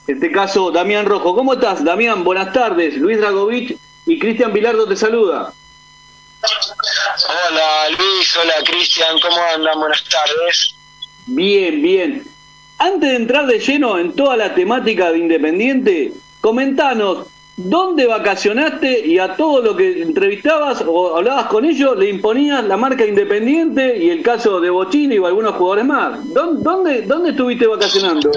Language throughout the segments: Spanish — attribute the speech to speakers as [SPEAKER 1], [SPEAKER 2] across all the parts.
[SPEAKER 1] En este caso, Damián Rojo. ¿Cómo estás, Damián? Buenas tardes. Luis Dragovich y Cristian Bilardo te saluda.
[SPEAKER 2] Hola Luis, hola Cristian, ¿cómo andan? Buenas tardes.
[SPEAKER 1] Bien, bien. Antes de entrar de lleno en toda la temática de Independiente, comentanos, ¿dónde vacacionaste y a todo lo que entrevistabas o hablabas con ellos le imponías la marca Independiente y el caso de Bocini o algunos jugadores más? ¿Dónde estuviste vacacionando?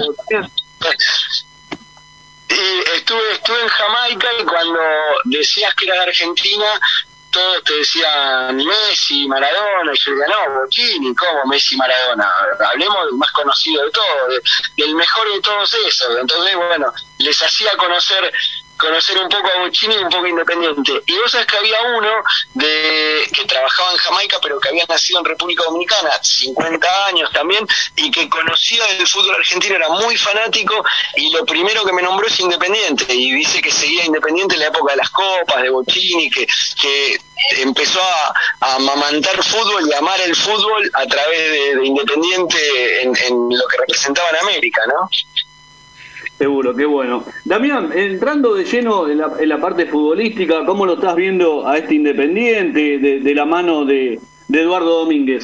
[SPEAKER 2] Estuve en Jamaica y cuando decías que era de Argentina, todos te decían Messi, Maradona, y yo decía, no, Bocini, ¿cómo Messi, Maradona? Hablemos del más conocido de todos, del mejor de todos esos. Entonces, bueno, les hacía conocer un poco a Bocini y un poco a Independiente. Y vos sabés que había uno que trabajaba en Jamaica, pero que había nacido en República Dominicana, 50 años también, y que conocía el fútbol argentino, era muy fanático, y lo primero que me nombró es Independiente, y dice que seguía Independiente en la época de las copas, de Bocini, que empezó a amamantar fútbol y a amar el fútbol a través de Independiente en lo que representaba en América, ¿no?
[SPEAKER 1] Seguro, qué bueno. Damián, entrando de lleno en la parte futbolística, ¿cómo lo estás viendo a este Independiente de la mano de Eduardo Domínguez?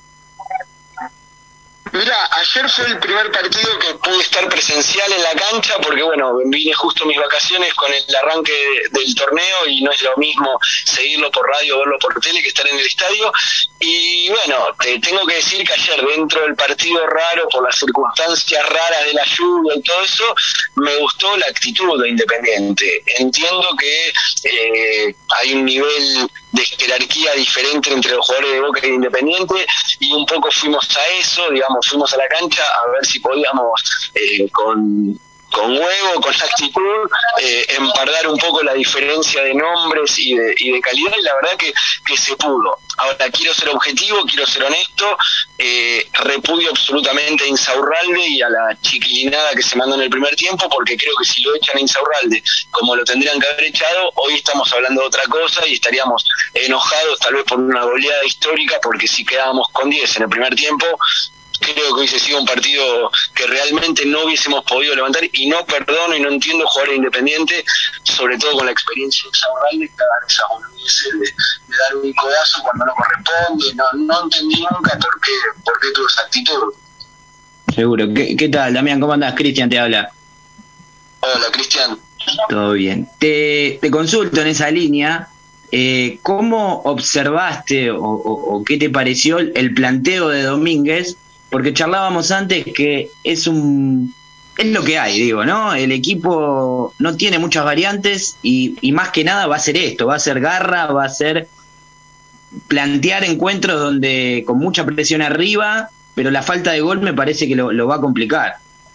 [SPEAKER 2] Mira, ayer fue el primer partido que pude estar presencial en la cancha porque, bueno, vine justo mis vacaciones con el arranque del torneo y no es lo mismo seguirlo por radio o verlo por tele que estar en el estadio. Y, bueno, te tengo que decir que ayer, dentro del partido raro, por las circunstancias raras de la lluvia y todo eso, me gustó la actitud de Independiente. Entiendo que hay un nivel de jerarquía diferente entre los jugadores de Boca y de Independiente, y un poco fuimos a eso, digamos, fuimos a la cancha a ver si podíamos con huevo, con actitud, empardar un poco la diferencia de nombres y de calidad, y la verdad que se pudo. Ahora, quiero ser objetivo, quiero ser honesto, repudio absolutamente a Insaurralde y a la chiquilinada que se mandó en el primer tiempo, porque creo que si lo echan a Insaurralde como lo tendrían que haber echado, hoy estamos hablando de otra cosa y estaríamos enojados tal vez por una goleada histórica, porque si quedábamos con 10 en el primer tiempo, creo que hubiese sido un partido que realmente no hubiésemos podido levantar, y no perdono y no entiendo jugar Independiente, sobre todo con la experiencia de Saurralde, que hagan esas boludeces de dar un codazo cuando no corresponde. No entendí nunca por qué tuvo esa actitud.
[SPEAKER 3] Seguro. ¿Qué tal, Damián? ¿Cómo andás? Cristian te habla.
[SPEAKER 2] Hola, Cristian.
[SPEAKER 3] Todo bien. Te consulto en esa línea. ¿Cómo observaste o qué te pareció el planteo de Domínguez? Porque charlábamos antes que es lo que hay, digo, ¿no? El equipo no tiene muchas variantes y más que nada va a ser esto, va a ser garra, va a ser plantear encuentros donde con mucha presión arriba, pero la falta de gol me parece que lo va a complicar.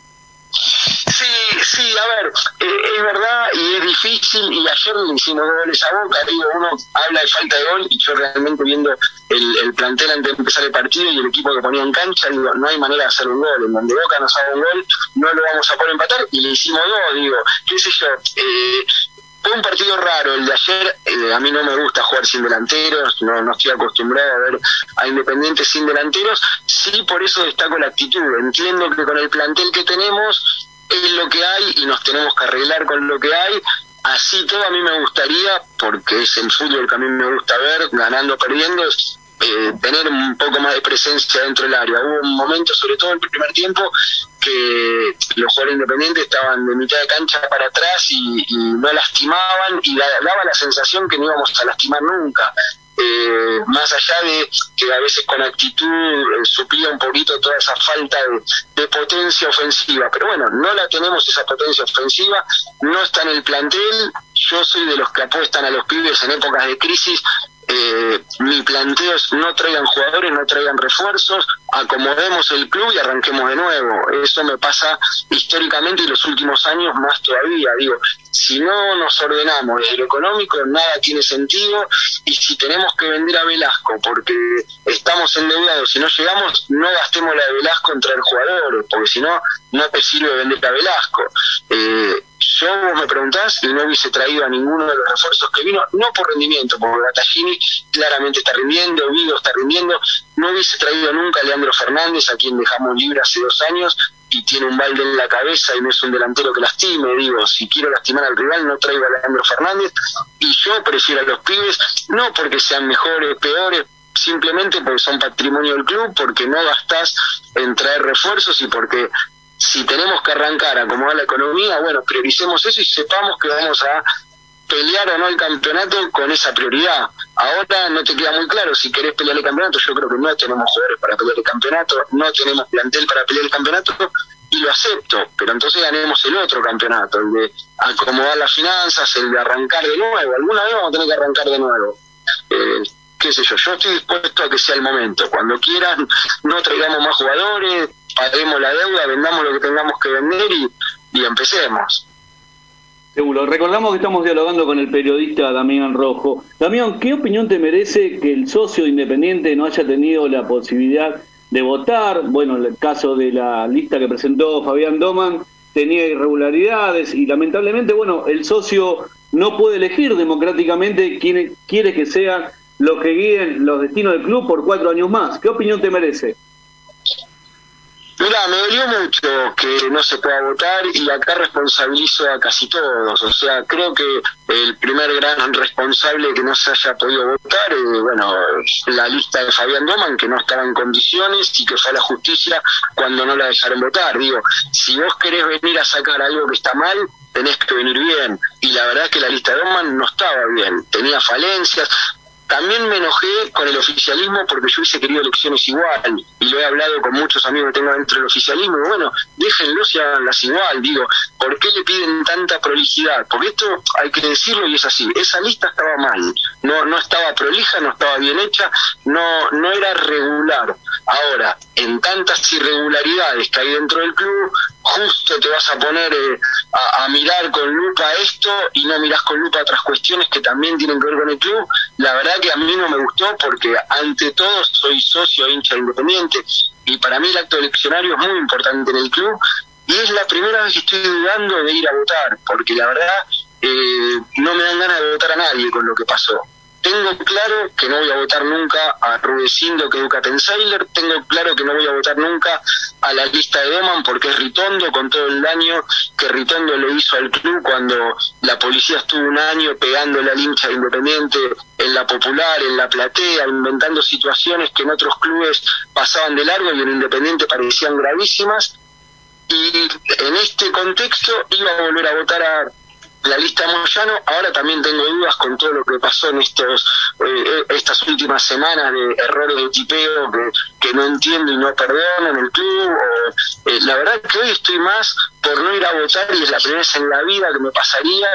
[SPEAKER 2] Sí, a ver, es verdad y es difícil, y ayer le hicimos 2 goles a Boca. Digo, uno habla de falta de gol y yo realmente viendo el plantel antes de empezar el partido y el equipo que ponía en cancha, digo, no hay manera de hacer un gol. En donde Boca nos haga un gol, no lo vamos a poder empatar, y le hicimos 2, digo, qué sé yo. Fue un partido raro el de ayer. A mí no me gusta jugar sin delanteros, no estoy acostumbrado a ver a Independiente sin delanteros. Sí, por eso destaco la actitud. Entiendo que con el plantel que tenemos es lo que hay y nos tenemos que arreglar con lo que hay. Así todo, a mí me gustaría, porque es el fútbol que a mí me gusta ver, ganando o perdiendo, tener un poco más de presencia dentro del área. Hubo un momento, sobre todo en el primer tiempo, que los jugadores Independientes estaban de mitad de cancha para atrás y no lastimaban, y daba la sensación que no íbamos a lastimar nunca. Más allá de que a veces con actitud suplía un poquito toda esa falta de potencia ofensiva, pero bueno, no la tenemos esa potencia ofensiva, no está en el plantel. Yo soy de los que apuestan a los pibes en épocas de crisis. Mi planteo es: no traigan jugadores, no traigan refuerzos, acomodemos el club y arranquemos de nuevo. Eso me pasa históricamente y los últimos años más todavía. Digo, si no nos ordenamos desde lo económico, nada tiene sentido, y si tenemos que vender a Velasco porque estamos endeudados y no llegamos, no gastemos la de Velasco en traer jugadores, porque si no, no te sirve vender a Velasco. Yo, vos me preguntás, y no hubiese traído a ninguno de los refuerzos que vino, no por rendimiento, porque Battaglini claramente está rindiendo, Vigo está rindiendo. No hubiese traído nunca a Leandro Fernández, a quien dejamos libre hace 2 años, y tiene un balde en la cabeza y no es un delantero que lastime. Digo, si quiero lastimar al rival no traigo a Leandro Fernández, y yo prefiero a los pibes, no porque sean mejores, peores, simplemente porque son patrimonio del club, porque no gastás en traer refuerzos y porque si tenemos que arrancar a acomodar la economía, bueno, prioricemos eso y sepamos que vamos a pelear o no el campeonato con esa prioridad. Ahora no te queda muy claro si querés pelear el campeonato. Yo creo que no tenemos jugadores para pelear el campeonato, no tenemos plantel para pelear el campeonato, y lo acepto, pero entonces ganemos el otro campeonato, el de acomodar las finanzas, el de arrancar de nuevo. Alguna vez vamos a tener que arrancar de nuevo. Qué sé yo estoy dispuesto a que sea el momento. Cuando quieran, no traigamos más jugadores, paguemos la deuda, vendamos lo que tengamos que vender y empecemos.
[SPEAKER 1] Seguro. Recordamos que estamos dialogando con el periodista Damián Rojo. Damián, ¿qué opinión te merece que el socio Independiente no haya tenido la posibilidad de votar? Bueno, en el caso de la lista que presentó Fabián Doman tenía irregularidades y lamentablemente, bueno, el socio no puede elegir democráticamente quién quiere que sean los que guíen los destinos del club por 4 años más. ¿Qué opinión te merece?
[SPEAKER 2] Mira, me dolió mucho que no se pueda votar y acá responsabilizo a casi todos. O sea, creo que el primer gran responsable que no se haya podido votar es, bueno, la lista de Fabián Doman, que no estaba en condiciones y que fue a la justicia cuando no la dejaron votar. Digo, si vos querés venir a sacar algo que está mal, tenés que venir bien. Y la verdad es que la lista de Doman no estaba bien, tenía falencias. También me enojé con el oficialismo porque yo hubiese querido elecciones igual, y lo he hablado con muchos amigos que tengo dentro del oficialismo, y bueno, déjenlos y háganlas igual. Digo, ¿por qué le piden tanta prolijidad? Porque esto hay que decirlo y es así, esa lista estaba mal, no estaba prolija, no estaba bien hecha, no era regular. Ahora, en tantas irregularidades que hay dentro del club, justo te vas a poner a mirar con lupa esto y no mirás con lupa otras cuestiones que también tienen que ver con el club. La verdad que a mí no me gustó porque ante todo soy socio e hincha de Independiente y para mí el acto eleccionario es muy importante en el club y es la primera vez que estoy dudando de ir a votar porque la verdad no me dan ganas de votar a nadie con lo que pasó. Tengo claro que no voy a votar nunca a Rudecindo, que educa Pensailer. Tengo claro que no voy a votar nunca a la lista de Doman porque es Ritondo, con todo el daño que Ritondo le hizo al club cuando la policía estuvo un año pegándole al hincha de Independiente en la Popular, en la Platea, inventando situaciones que en otros clubes pasaban de largo y en Independiente parecían gravísimas. Y en este contexto iba a volver a votar a la lista Moyano. Ahora también tengo dudas con todo lo que pasó en estas últimas semanas de errores de tipeo que no entiendo y no perdono en el club. La verdad que hoy estoy más por no ir a votar y es la primera vez en la vida que me pasaría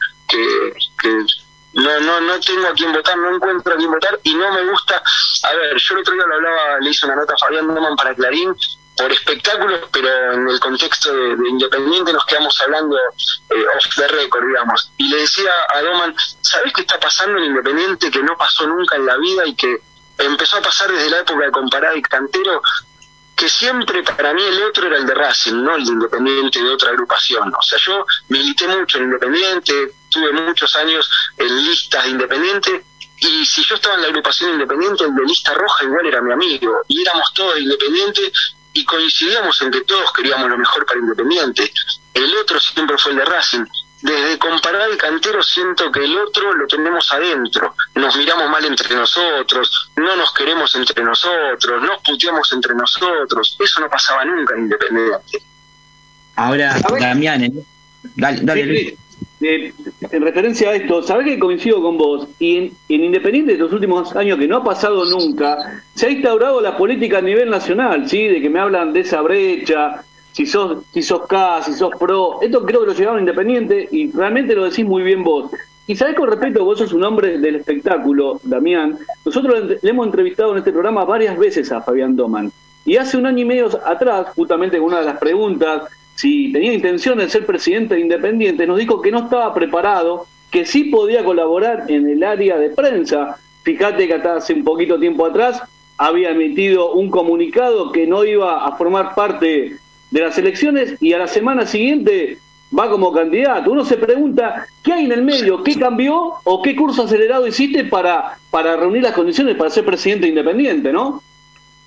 [SPEAKER 2] que no tengo a quién votar, no encuentro a quién votar y no me gusta. A ver, yo el otro día le hice una nota a Fabián Doman para Clarín por espectáculos, pero en el contexto de Independiente nos quedamos hablando off the record, digamos. Y le decía a Doman, ¿sabés qué está pasando en Independiente que no pasó nunca en la vida y que empezó a pasar desde la época de Comparada y Cantero? Que siempre para mí el otro era el de Racing, no el de Independiente de otra agrupación. O sea, yo milité mucho en Independiente, tuve muchos años en listas de Independiente, y si yo estaba en la agrupación Independiente, el de lista roja igual era mi amigo, y éramos todos Independiente, y coincidíamos en que todos queríamos lo mejor para Independiente. El otro siempre fue el de Racing. Desde Comparada y Cantero siento que el otro lo tenemos adentro. Nos miramos mal entre nosotros, no nos queremos entre nosotros, nos puteamos entre nosotros. Eso no pasaba nunca en Independiente.
[SPEAKER 3] Ahora, Damián, dale Luis.
[SPEAKER 1] En referencia a esto, ¿sabés que coincido con vos? Y en Independiente de los últimos años, que no ha pasado nunca, se ha instaurado la política a nivel nacional, ¿sí? De que me hablan de esa brecha, si sos K, si sos pro. Esto creo que lo llevaron Independiente y realmente lo decís muy bien vos. Y sabés, con respecto, vos sos un hombre del espectáculo, Damián. Nosotros le hemos entrevistado en este programa varias veces a Fabián Doman. Y hace 1 año y medio atrás, justamente con una de las preguntas, si tenía intención de ser presidente de Independiente, nos dijo que no estaba preparado, que sí podía colaborar en el área de prensa. Fíjate que hasta hace un poquito tiempo atrás había emitido un comunicado que no iba a formar parte de las elecciones y a la semana siguiente va como candidato. Uno se pregunta, ¿qué hay en el medio? ¿Qué cambió o qué curso acelerado hiciste para reunir las condiciones para ser presidente Independiente, no?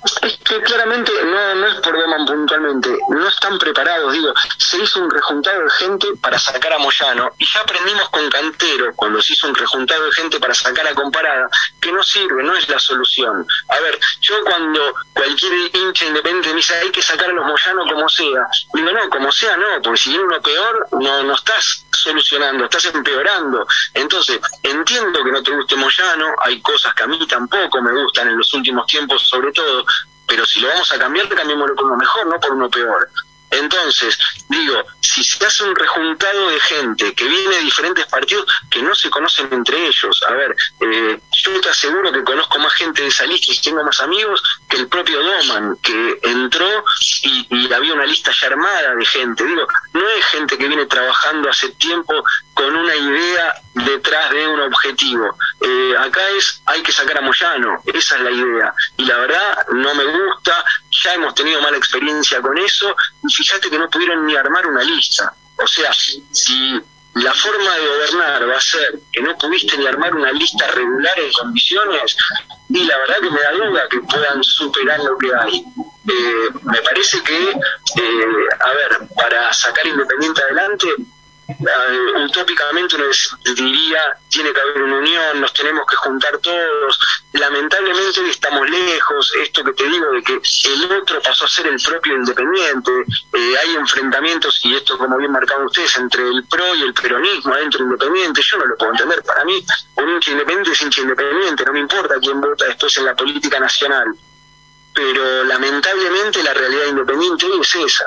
[SPEAKER 2] Es que claramente no es por Doman puntualmente, no están preparados, digo, se hizo un rejuntado de gente para sacar a Moyano, y ya aprendimos con Cantero, cuando se hizo un rejuntado de gente para sacar a Comparada, que no sirve, no es la solución. A ver, yo cuando cualquier hincha independiente me dice hay que sacar a los Moyano como sea, digo no, como sea no, porque si viene uno peor, no estás solucionando, estás empeorando. Entonces, entiendo que no te guste Moyano, hay cosas que a mí tampoco me gustan en los últimos tiempos, sobre todo, pero si lo vamos a cambiar, cambiémoslo por uno mejor, no por uno peor. Entonces, digo, si se hace un rejuntado de gente que viene de diferentes partidos que no se conocen entre ellos, a ver, yo te aseguro que conozco más gente de esa lista y tengo más amigos que el propio Doman, que entró y había una lista ya armada de gente. Digo, no es gente que viene trabajando hace tiempo con una idea detrás de un objetivo. Acá hay que sacar a Moyano, esa es la idea. Y la verdad, no me gusta, ya hemos tenido mala experiencia con eso, y fíjate que no pudieron ni armar una lista. O sea, si la forma de gobernar va a ser que no pudiste ni armar una lista regular en condiciones, y la verdad que me da duda que puedan superar lo que hay. Me parece que, a ver, para sacar Independiente adelante, utópicamente uno diría tiene que haber una unión, nos tenemos que juntar todos. Lamentablemente estamos lejos, esto que te digo de que el otro pasó a ser el propio Independiente, hay enfrentamientos, y esto como bien marcaban ustedes, entre el PRO y el peronismo dentro de Independiente. Yo no lo puedo entender, para mí un hincha independiente es hincha independiente, no me importa quién vota después en la política nacional, pero lamentablemente la realidad independiente hoy es esa.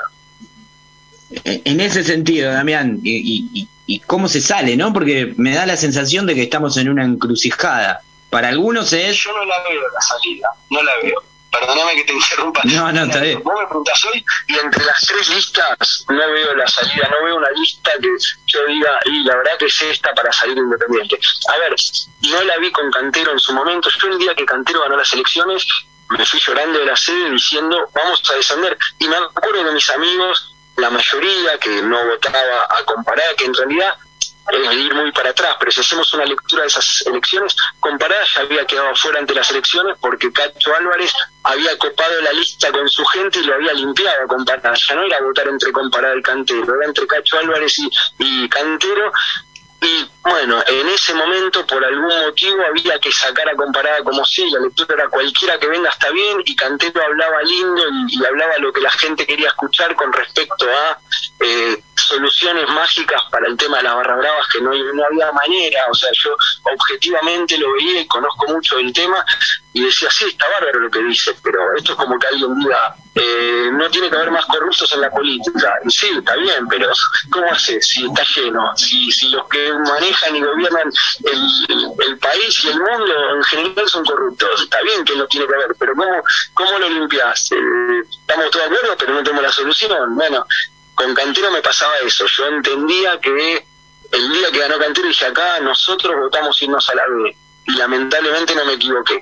[SPEAKER 3] En ese sentido, Damián, y cómo se sale, ¿no? Porque me da la sensación de que estamos en una encrucijada. Para algunos es...
[SPEAKER 2] Yo no la veo la salida, no la veo. Perdóname que te interrumpa.
[SPEAKER 3] No, está bien.
[SPEAKER 2] Vos me preguntás hoy, y entre las tres listas no veo la salida, no veo una lista que yo diga, y la verdad que es esta para salir Independiente. A ver, no la vi con Cantero en su momento. Yo el día que Cantero ganó las elecciones, me fui llorando de la sede diciendo, vamos a descender. Y me acuerdo de mis amigos, la mayoría que no votaba a Comparada, que en realidad es ir muy para atrás, pero si hacemos una lectura de esas elecciones, Comparada ya había quedado fuera ante las elecciones porque Cacho Álvarez había copado la lista con su gente y lo había limpiado a Comparada. Ya no era votar entre Comparada y Cantero, era entre Cacho Álvarez y Cantero. Y bueno, en ese momento por algún motivo había que sacar a Comparada como si la lectura era cualquiera que venga está bien, y Cantero hablaba lindo y hablaba lo que la gente quería escuchar con respecto a soluciones mágicas para el tema de las barra bravas, que no había manera. O sea, yo objetivamente lo veía y conozco mucho del tema y decía, sí, está bárbaro lo que dice, pero esto es como que alguien diga, no tiene que haber más corruptos en la política. Y sí, está bien, pero ¿cómo hace si está lleno? Si los que manejan y gobiernan el país y el mundo en general son corruptos. Está bien que no tiene que haber, pero ¿cómo lo limpias? Estamos todos de acuerdo, pero no tenemos la solución. Bueno, con Cantero me pasaba eso. Yo entendía que el día que ganó Cantero dije, acá nosotros votamos irnos a la B, y lamentablemente no me equivoqué.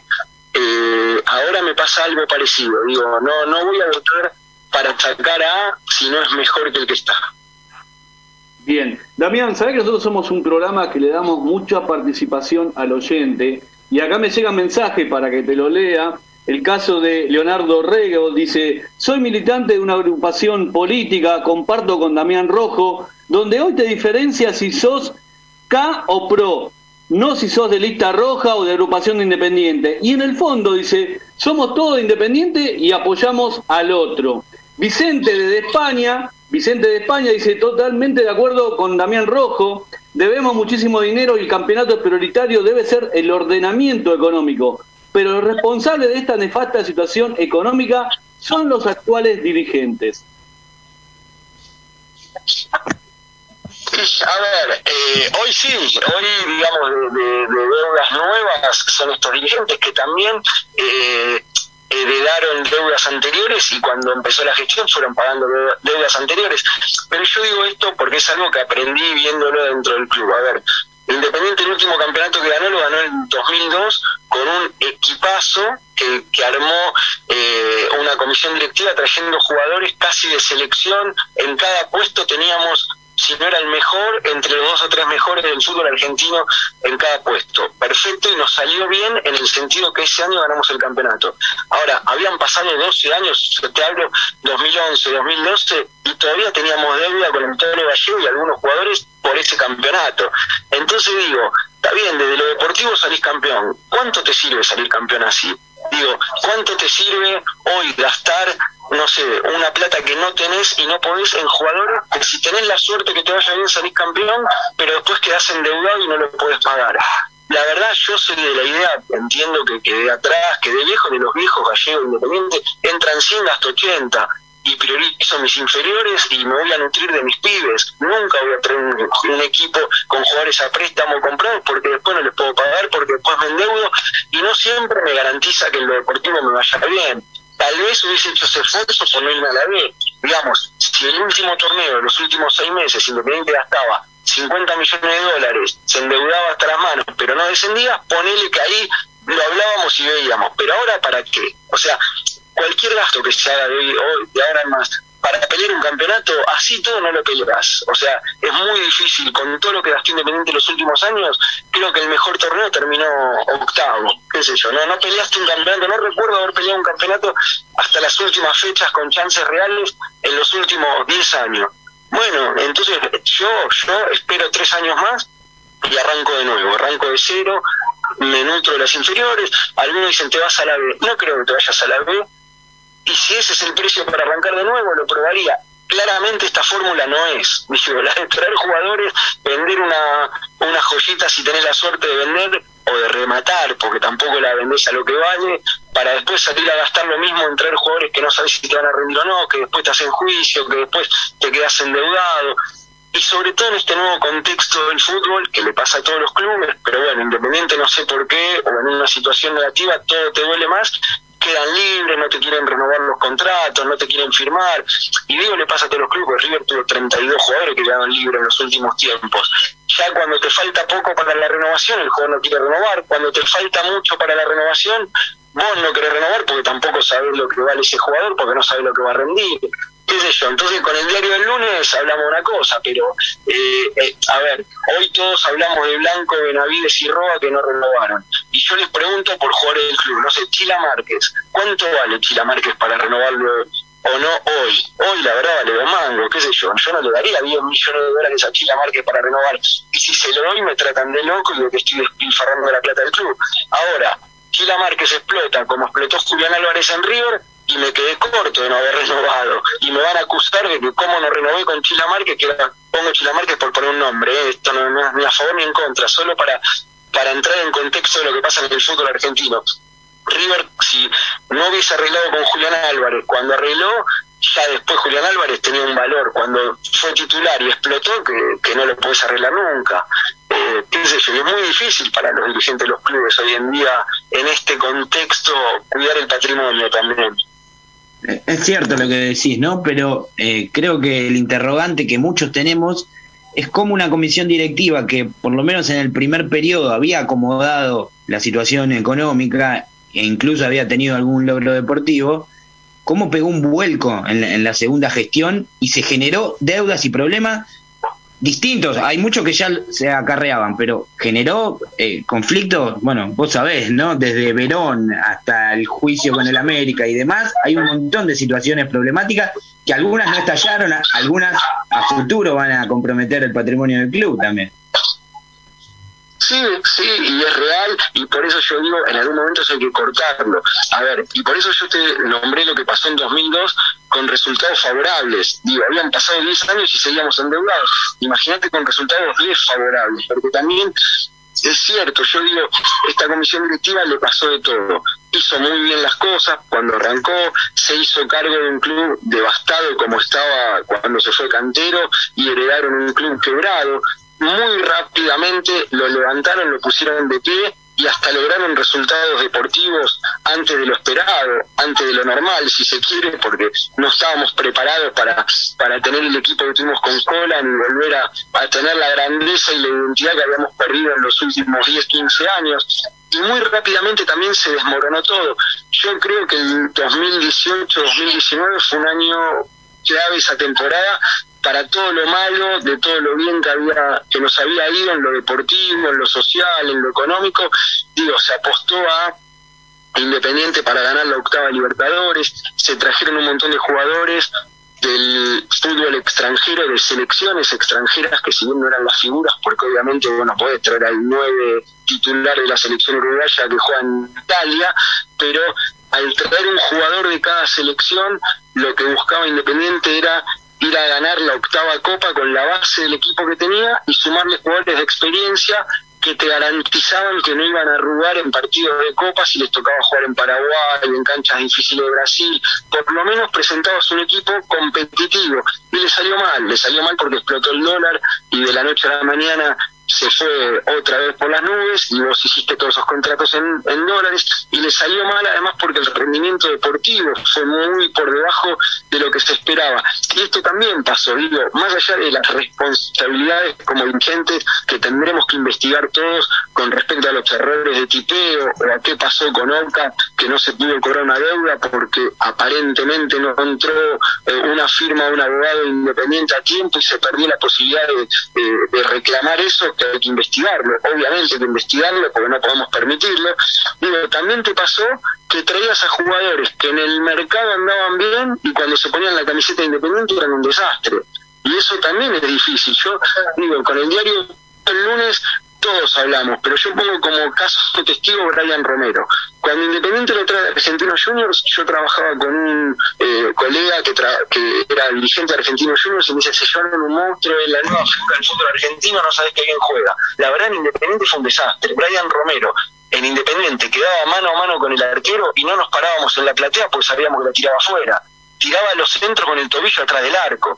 [SPEAKER 2] Ahora me pasa algo parecido. Digo, no voy a votar para sacar a A si no es mejor que el que está.
[SPEAKER 1] Bien, Damián, sabés que nosotros somos un programa que le damos mucha participación al oyente, y acá me llega un mensaje para que te lo lea. El caso de Leonardo Rego dice: soy militante de una agrupación política, comparto con Damián Rojo, donde hoy te diferencias si sos K o PRO, no si sos de lista roja o de agrupación de independiente. Y en el fondo dice, somos todos independientes y apoyamos al otro. Vicente de España dice, totalmente de acuerdo con Damián Rojo, debemos muchísimo dinero y el campeonato prioritario debe ser el ordenamiento económico, pero los responsables de esta nefasta situación económica son los actuales dirigentes.
[SPEAKER 2] A ver, hoy sí, hoy digamos de deudas nuevas son estos dirigentes que también heredaron deudas anteriores, y cuando empezó la gestión fueron pagando deudas anteriores. Pero yo digo esto porque es algo que aprendí viéndolo dentro del club. A ver, Independiente, el último campeonato que ganó, lo ganó en 2002 con un equipazo que armó una comisión directiva trayendo jugadores casi de selección. En cada puesto teníamos, si no era el mejor, mejor entre los 2 o 3 mejores del fútbol argentino en cada puesto. Perfecto, y nos salió bien en el sentido que ese año ganamos el campeonato. Ahora, habían pasado 12 años, te hablo 2011, 2012, y todavía teníamos deuda con el Toro Gallego y algunos jugadores por ese campeonato. Entonces digo, está bien, desde lo deportivo salís campeón. ¿Cuánto te sirve salir campeón así? Digo, ¿cuánto te sirve hoy gastar, no sé, una plata que no tenés y no podés en jugadores que si tenés la suerte que te vaya bien salís campeón, pero después quedás endeudado y no lo podés pagar? La verdad, yo soy de la idea, entiendo que de atrás, que de lejos, de los viejos gallegos independientes, entran 100 hasta 80, y priorizo mis inferiores y me voy a nutrir de mis pibes. Nunca voy a traer un equipo con jugadores a préstamo comprados porque después no les puedo pagar, porque después me endeudo, y no siempre me garantiza que en lo deportivo me vaya bien. Tal vez hubiese hecho ese esfuerzo por no irme a la B. Digamos, si el último torneo, los últimos 6 meses, Independiente gastaba 50 millones de dólares, se endeudaba hasta las manos, pero no descendía, ponele que ahí lo hablábamos y veíamos. Pero ahora, ¿para qué? O sea, cualquier gasto que se haga de ahora en más para pelear un campeonato, así todo no lo pelearás. O sea, es muy difícil. Con todo lo que gastó Independiente en los últimos años, creo que el mejor torneo terminó octavo, qué sé yo. No peleaste un campeonato, no recuerdo haber peleado un campeonato hasta las últimas fechas con chances reales en los últimos 10 años. Bueno, entonces yo espero 3 años más y arranco de nuevo, arranco de cero, me nutro de las inferiores. Algunos dicen te vas a la B, no creo que te vayas a la B, y si ese es el precio para arrancar de nuevo, lo probaría. Claramente esta fórmula no es, digo, la de traer jugadores, vender una joyita si tenés la suerte de vender o de rematar, porque tampoco la vendés a lo que vale, para después salir a gastar lo mismo en traer jugadores que no sabés si te van a rendir o no, que después te hacen juicio, que después te quedas endeudado. Y sobre todo en este nuevo contexto del fútbol, que le pasa a todos los clubes, pero bueno, Independiente no sé por qué, o en una situación negativa todo te duele más, quedan libres, no te quieren renovar los contratos, no te quieren firmar, y digo, le pasa a todos los clubes. River tuvo 32 jugadores que quedaron libres en los últimos tiempos. Ya cuando te falta poco para la renovación, el jugador no quiere renovar. Cuando te falta mucho para la renovación, vos no querés renovar porque tampoco sabés lo que vale ese jugador, porque no sabés lo que va a rendir, qué sé yo. Entonces con el diario del lunes hablamos una cosa, pero a ver, hoy todos hablamos de Blanco, Benavides y Roa que no renovaron, y yo les pregunto por jugadores del club, no sé, Chila Márquez, ¿cuánto vale Chila Márquez para renovarlo o no hoy? Hoy la verdad vale 2 mangos, qué sé yo no le daría 10 millones de dólares a Chila Márquez para renovar, y si se lo doy me tratan de loco y de que estoy despilfarrando la plata del club. Ahora, Chila Márquez explota como explotó Julián Álvarez en River, y me quedé corto de no haber renovado, y me van a acusar de que cómo no renové con Chila Márquez, que pongo Chila Márquez por poner un nombre, esto no es ni a favor ni en contra, solo para entrar en contexto de lo que pasa en el fútbol argentino. River, si no hubiese arreglado con Julián Álvarez, cuando arregló, ya después Julián Álvarez tenía un valor, cuando fue titular y explotó, que no lo podés arreglar nunca. Qué sé yo, es muy difícil para los dirigentes de los clubes hoy en día, en este contexto, cuidar el patrimonio también.
[SPEAKER 3] Es cierto lo que decís, ¿no? Pero creo que el interrogante que muchos tenemos es cómo una comisión directiva que por lo menos en el primer periodo había acomodado la situación económica e incluso había tenido algún logro deportivo, cómo pegó un vuelco en la segunda gestión y se generó deudas y problemas distintos. Hay muchos que ya se acarreaban, pero generó conflictos, bueno, vos sabés, ¿no? Desde Verón hasta el juicio con el América y demás, hay un montón de situaciones problemáticas que algunas no estallaron, algunas a futuro van a comprometer el patrimonio del club también.
[SPEAKER 2] Sí, y es real, y por eso yo digo, en algún momento eso hay que cortarlo. A ver, y por eso yo te nombré lo que pasó en 2002 con resultados favorables. Digo, habían pasado 10 años y seguíamos endeudados. Imagínate con resultados desfavorables, porque también es cierto, yo digo, esta comisión directiva le pasó de todo. Hizo muy bien las cosas cuando arrancó, se hizo cargo de un club devastado como estaba cuando se fue Cantero y heredaron un club quebrado. Muy rápidamente lo levantaron, lo pusieron de pie y hasta lograron resultados deportivos antes de lo esperado, antes de lo normal, si se quiere, porque no estábamos preparados para tener el equipo que tuvimos con Colan y volver a tener la grandeza y la identidad que habíamos perdido en los últimos 10, 15 años. Y muy rápidamente también se desmoronó todo. Yo creo que el 2018-2019 fue un año clave esa temporada, para todo lo malo, de todo lo bien que nos había ido en lo deportivo, en lo social, en lo económico, se apostó a Independiente para ganar la 8ª Libertadores, se trajeron un montón de jugadores del fútbol extranjero, de selecciones extranjeras, que si bien no eran las figuras, porque obviamente, podés traer al 9 titular de la selección uruguaya que juega en Italia, pero al traer un jugador de cada selección, lo que buscaba Independiente era ir a ganar la 8ª Copa con la base del equipo que tenía y sumarle jugadores de experiencia que te garantizaban que no iban a arrugar en partidos de Copa si les tocaba jugar en Paraguay, en canchas difíciles de Brasil. Por lo menos presentabas un equipo competitivo. Y le salió mal porque explotó el dólar y de la noche a la mañana se fue otra vez por las nubes y vos hiciste todos esos contratos en dólares, y le salió mal además porque el rendimiento deportivo fue muy por debajo de lo que se esperaba. Y esto también pasó, más allá de las responsabilidades como dirigentes que tendremos que investigar todos con respecto a los errores de tipeo o a qué pasó con Oca, que no se pudo cobrar una deuda porque aparentemente no encontró una firma de un abogado independiente a tiempo y se perdió la posibilidad de reclamar eso, que hay que investigarlo, obviamente hay que investigarlo porque no podemos permitirlo. También te pasó que traías a jugadores que en el mercado andaban bien y cuando se ponían la camiseta Independiente eran un desastre, y eso también es difícil. Yo con el diario el lunes todos hablamos, pero yo pongo como caso de testigo Brian Romero. Cuando Independiente lo trae a Argentinos Juniors, yo trabajaba con un colega que era dirigente de Argentinos Juniors y me dice: se llevaron un monstruo en la nueva figura del fútbol argentino, no sabes qué bien juega. La verdad, en Independiente fue un desastre. Brian Romero en Independiente quedaba mano a mano con el arquero y no nos parábamos en la platea porque sabíamos que la tiraba afuera. Tiraba los centros con el tobillo atrás del arco.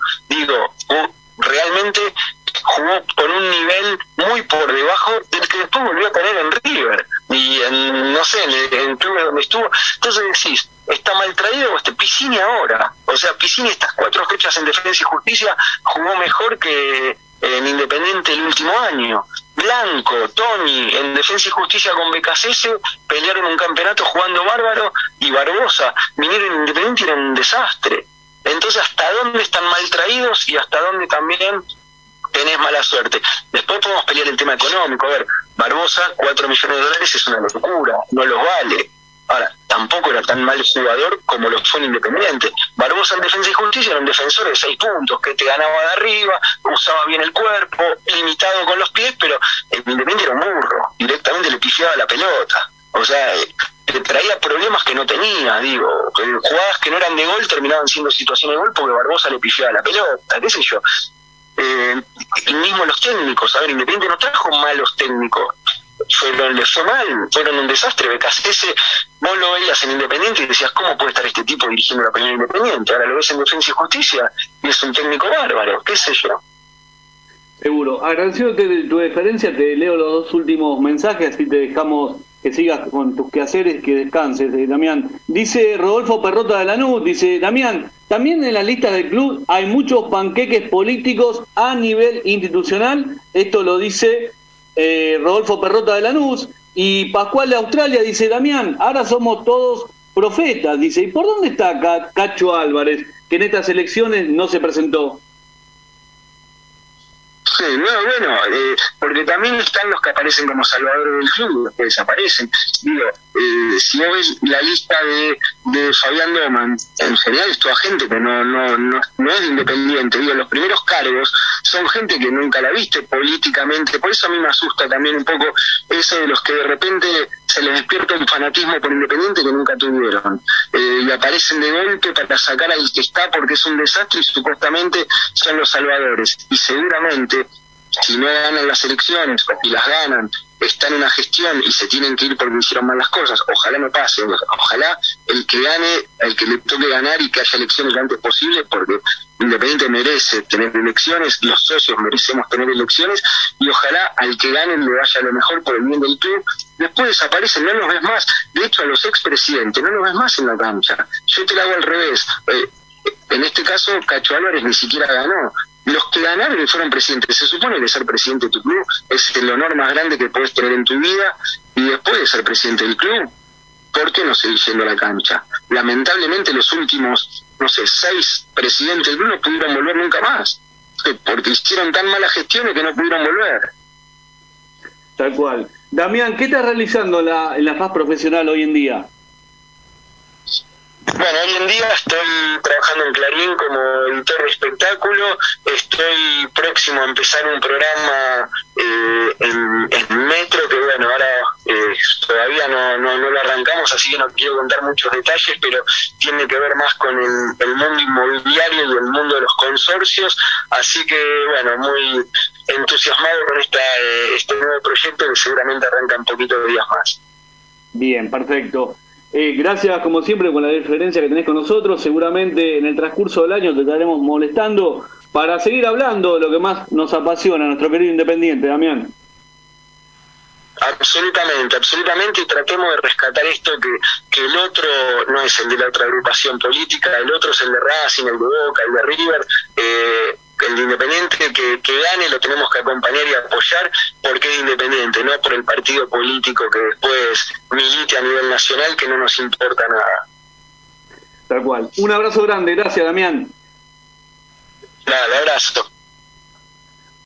[SPEAKER 2] Realmente jugó con un nivel muy por debajo del que después volvió a tener en River y en clubes donde estuvo. Entonces decís, ¿está mal traído o Piscini ahora? O sea, Piscini estas 4 fechas en Defensa y Justicia jugó mejor que en Independiente el último año. Blanco, Toni, en Defensa y Justicia con BKCS pelearon un campeonato jugando bárbaro, y Barbosa vinieron en Independiente y eran un desastre. Entonces, ¿hasta dónde están mal traídos y hasta dónde también tenés mala suerte? Después podemos pelear el tema económico. A ver, Barbosa, 4 millones de dólares es una locura, no los vale. Ahora, tampoco era tan mal jugador como lo fue en Independiente. Barbosa en Defensa y Justicia era un defensor de 6 puntos, que te ganaba de arriba, usaba bien el cuerpo, limitado con los pies, pero en Independiente era un burro, directamente le pifiaba la pelota. O sea, te traía problemas que no tenía, jugadas que no eran de gol terminaban siendo situaciones de gol porque Barbosa le pifiaba la pelota, qué sé yo. Mismo los técnicos, Independiente no trajo malos técnicos, le fue mal, fueron un desastre. BKCS, vos lo veías en Independiente y decías, ¿cómo puede estar este tipo dirigiendo la Peña Independiente? Ahora lo ves en Defensa y Justicia y es un técnico bárbaro, qué sé yo.
[SPEAKER 1] Seguro. Agradeciéndote tu deferencia, te leo los 2 últimos mensajes, así te dejamos que sigas con tus quehaceres, que descanses, Damián. Dice Rodolfo Perrota de Lanús, dice: Damián, también en las listas del club hay muchos panqueques políticos a nivel institucional. Esto lo dice Rodolfo Perrota de Lanús. Y Pascual de Australia dice: Damián, ahora somos todos profetas. Dice: ¿y por dónde está Cacho Álvarez, que en estas elecciones no se presentó?
[SPEAKER 2] Sí, porque también están los que aparecen como salvadores del club, los que desaparecen. Si vos ves la lista de Fabián Doman, en general es toda gente que no es independiente. Los primeros cargos son gente que nunca la viste políticamente. Por eso a mí me asusta también un poco eso de los que de repente se les despierta un fanatismo por Independiente que nunca tuvieron. Y aparecen de golpe para sacar al que está porque es un desastre y supuestamente son los salvadores. Y seguramente, si no ganan las elecciones y las ganan, está en una gestión y se tienen que ir porque hicieron mal las cosas. Ojalá no pase, ojalá el que gane, el que le toque ganar y que haya elecciones lo antes posible, porque Independiente merece tener elecciones, los socios merecemos tener elecciones, y ojalá al que gane le vaya lo mejor por el bien del club. Después desaparecen, no los ves más. De hecho, a los expresidentes no los ves más en la cancha. Yo te lo hago al revés. En este caso, Cacho Álvarez ni siquiera ganó. Los que ganaron y fueron presidentes. Se supone que ser presidente de tu club es el honor más grande que puedes tener en tu vida, y después de ser presidente del club, ¿por qué no seguir yendo a la cancha? Lamentablemente los últimos, 6 presidentes del club no pudieron volver nunca más. porque hicieron tan malas gestiones que no pudieron volver.
[SPEAKER 1] Tal cual. Damián, ¿qué estás realizando en la faz profesional hoy en día?
[SPEAKER 2] Bueno, hoy en día estoy trabajando en Clarín como editor de espectáculo, estoy próximo a empezar un programa en Metro, que bueno, ahora todavía no lo arrancamos, así que no quiero contar muchos detalles, pero tiene que ver más con el mundo inmobiliario y el mundo de los consorcios, así que bueno, muy entusiasmado con este nuevo proyecto que seguramente arranca en poquitos días más.
[SPEAKER 1] Bien, perfecto. Gracias, como siempre, por la diferencia que tenés con nosotros. Seguramente en el transcurso del año te estaremos molestando para seguir hablando de lo que más nos apasiona, nuestro querido Independiente, Damián.
[SPEAKER 2] Absolutamente, y tratemos de rescatar esto, que el otro no es el de la otra agrupación política, el otro es el de Racing, el de Boca, el de River, el de Independiente, que gane lo tenemos que acompañar y apoyar porque es Independiente, no por el partido político que después milite a nivel nacional, que no nos importa nada.
[SPEAKER 1] Tal cual. Un abrazo grande, gracias, Damián.
[SPEAKER 2] Nada, abrazo.